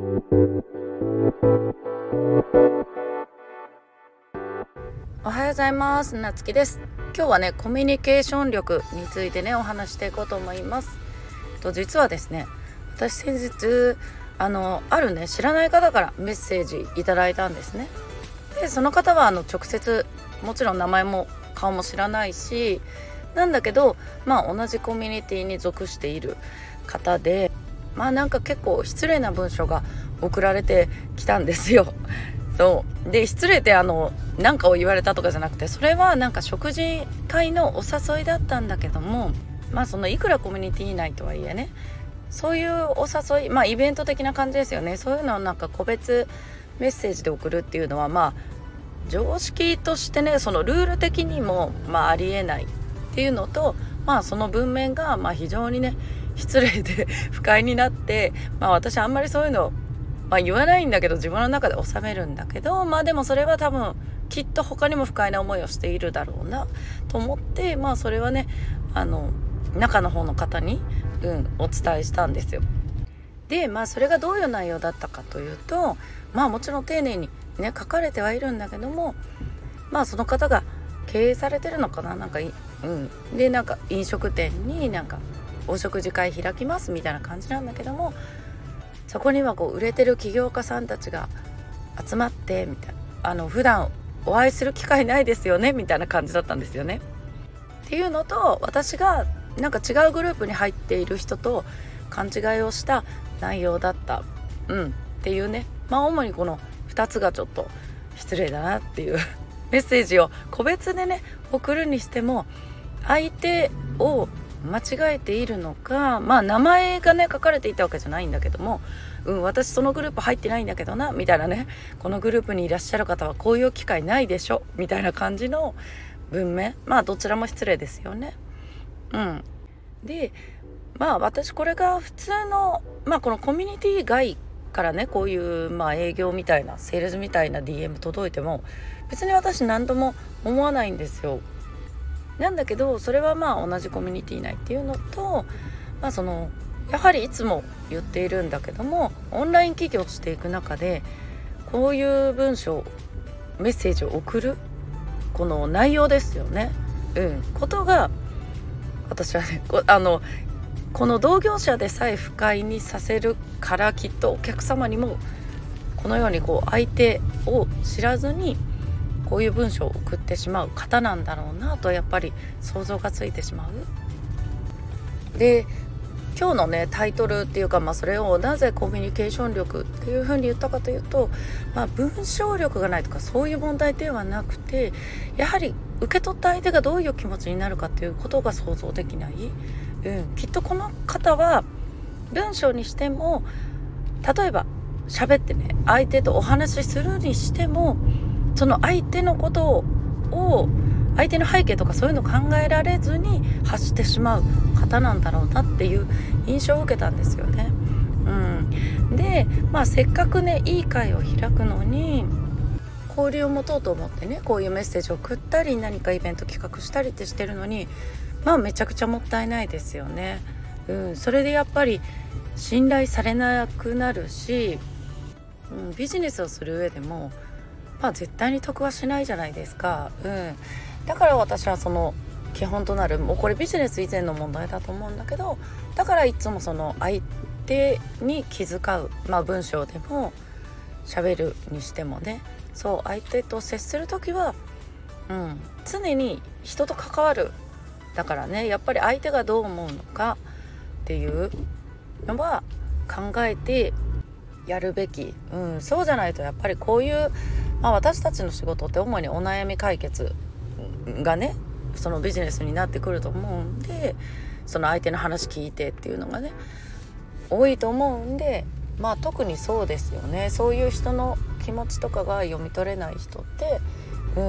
おはようございます。なつきです。今日はね、コミュニケーション力についてね、お話していこうと思います。実はですね、私先日あるね、知らない方からメッセージいただいたんですね。で、その方は直接もちろん名前も顔も知らないし、なんだけど同じコミュニティに属している方で、なんか結構失礼な文章が送られてきたんですよ。そうで、失礼って何かを言われたとかじゃなくて、それはなんか食事会のお誘いだったんだけども、そのいくらコミュニティ内とはいえね、そういうお誘い、イベント的な感じですよね。そういうのをなんか個別メッセージで送るっていうのは常識としてね、そのルール的にもありえないっていうのと、その文面が非常にね失礼で不快になって、私あんまりそういうの言わないんだけど、自分の中で収めるんだけど、でもそれは多分きっと他にも不快な思いをしているだろうなと思って、それはね中の方の方に、お伝えしたんですよ。でそれがどういう内容だったかというと、もちろん丁寧にね書かれてはいるんだけども、その方が経営されてるのかな、でなんか飲食店になんかお食事会開きますみたいな感じなんだけども、そこには売れてる起業家さんたちが集まってみたいな、普段お会いする機会ないですよねみたいな感じだったんですよね。っていうのと、私がなんか違うグループに入っている人と勘違いをした内容だった、っていうね、主にこの2つがちょっと失礼だなっていうメッセージを個別でね送るにしても、相手を間違えているのか、名前がね書かれていたわけじゃないんだけども、私そのグループ入ってないんだけどなみたいなね、このグループにいらっしゃる方はこういう機会ないでしょみたいな感じの文面、どちらも失礼ですよね。で私これが普通のこのコミュニティ外からね、こういう営業みたいなセールスみたいな DM 届いても別に私何とも思わないんですよ。なんだけど、それは同じコミュニティ内っていうのと、そのやはりいつも言っているんだけども、オンライン起業していく中でこういう文章メッセージを送るこの内容ですよね、ことが私はねこの同業者でさえ不快にさせるから、きっとお客様にもこのように相手を知らずにこういう文章を送ってしまう方なんだろうなとやっぱり想像がついてしまう。で、今日のねタイトルっていうか、それをなぜコミュニケーション力っていうふうに言ったかというと、文章力がないとかそういう問題ではなくて、やはり受け取った相手がどういう気持ちになるかっていうことが想像できない、きっとこの方は文章にしても、例えば喋ってね相手とお話しするにしても、その相手のことを相手の背景とかそういうの考えられずに発してしまう方なんだろうなっていう印象を受けたんですよね。で、せっかくねいい会を開くのに交流を持とうと思ってね、こういうメッセージを送ったり何かイベント企画したりってしてるのに、めちゃくちゃもったいないですよね。それでやっぱり信頼されなくなるし、ビジネスをする上でも絶対に得はしないじゃないですか。だから私はその基本となる、もうこれビジネス以前の問題だと思うんだけど、だからいつもその相手に気遣う、文章でも喋るにしてもね、そう相手と接するときは、常に人と関わる。だからね、やっぱり相手がどう思うのかっていうのは考えてやるべき、そうじゃないとやっぱりこういう、私たちの仕事って主にお悩み解決がねそのビジネスになってくると思うんで、その相手の話聞いてっていうのがね多いと思うんで、特にそうですよね。そういう人の気持ちとかが読み取れない人って、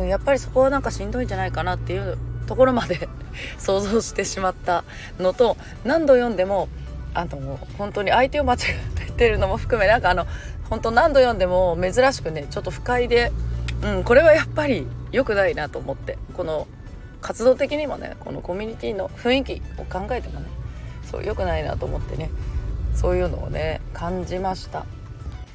やっぱりそこはなんかしんどいんじゃないかなっていうところまで想像してしまったのと、何度読んでも本当に相手を間違えてるのも含め、本当何度読んでも珍しくねちょっと不快で、これはやっぱり良くないなと思って、この活動的にもね、このコミュニティの雰囲気を考えてもね、そう良くないなと思ってね、そういうのをね感じました。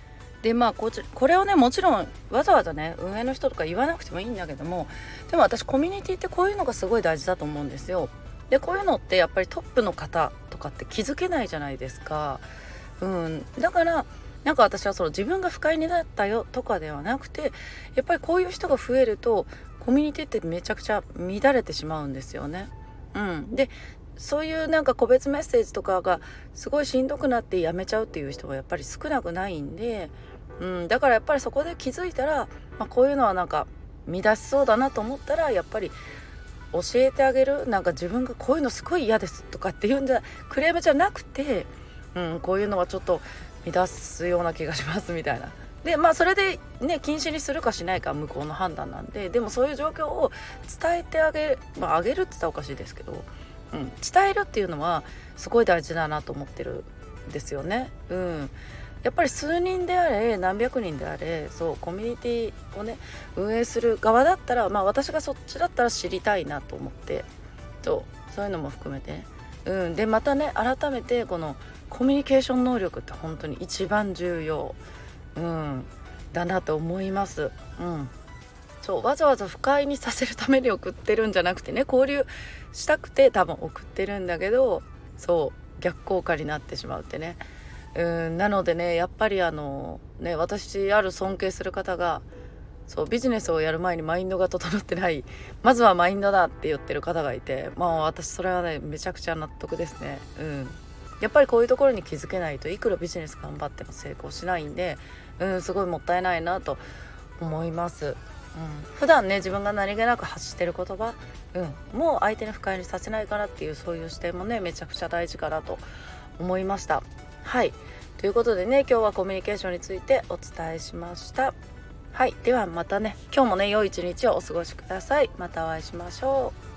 でこれをねもちろんわざわざね運営の人とか言わなくてもいいんだけども、でも私コミュニティってこういうのがすごい大事だと思うんですよ。でこういうのってやっぱりトップの方とかって気づけないじゃないですか。だからなんか私は自分が不快になったよとかではなくて、やっぱりこういう人が増えるとコミュニティってめちゃくちゃ乱れてしまうんですよね。でそういうなんか個別メッセージとかがすごいしんどくなってやめちゃうっていう人がやっぱり少なくないんで、だからやっぱりそこで気づいたら、こういうのはなんか乱しそうだなと思ったらやっぱり教えてあげる。なんか自分がこういうのすごい嫌ですとかっていうんじゃクレームじゃなくて、こういうのはちょっと乱すような気がしますみたいな。でそれでね禁止にするかしないかは向こうの判断なんで、でもそういう状況を伝えてあげる、あげるって言ったらおかしいですけど、伝えるっていうのはすごい大事だなと思ってるんですよね。やっぱり数人であれ何百人であれコミュニティをね運営する側だったら、私がそっちだったら知りたいなと思ってそういうのも含めてね、でまたね改めてこのコミュニケーション能力って本当に一番重要、だなと思います。わざわざ不快にさせるために送ってるんじゃなくてね、交流したくて多分送ってるんだけど逆効果になってしまうってね。なのでねやっぱり私ある尊敬する方がビジネスをやる前にマインドが整ってない、まずはマインドだって言ってる方がいて、私それはねめちゃくちゃ納得ですね。やっぱりこういうところに気づけないといくらビジネス頑張っても成功しないんで、すごいもったいないなと思います。普段ね自分が何気なく発してる言葉、もう相手に不快にさせないからっていうそういう視点もねめちゃくちゃ大事かなと思いました。ということでね今日はコミュニケーションについてお伝えしました。ではまたね今日もね良い一日をお過ごしください。またお会いしましょう。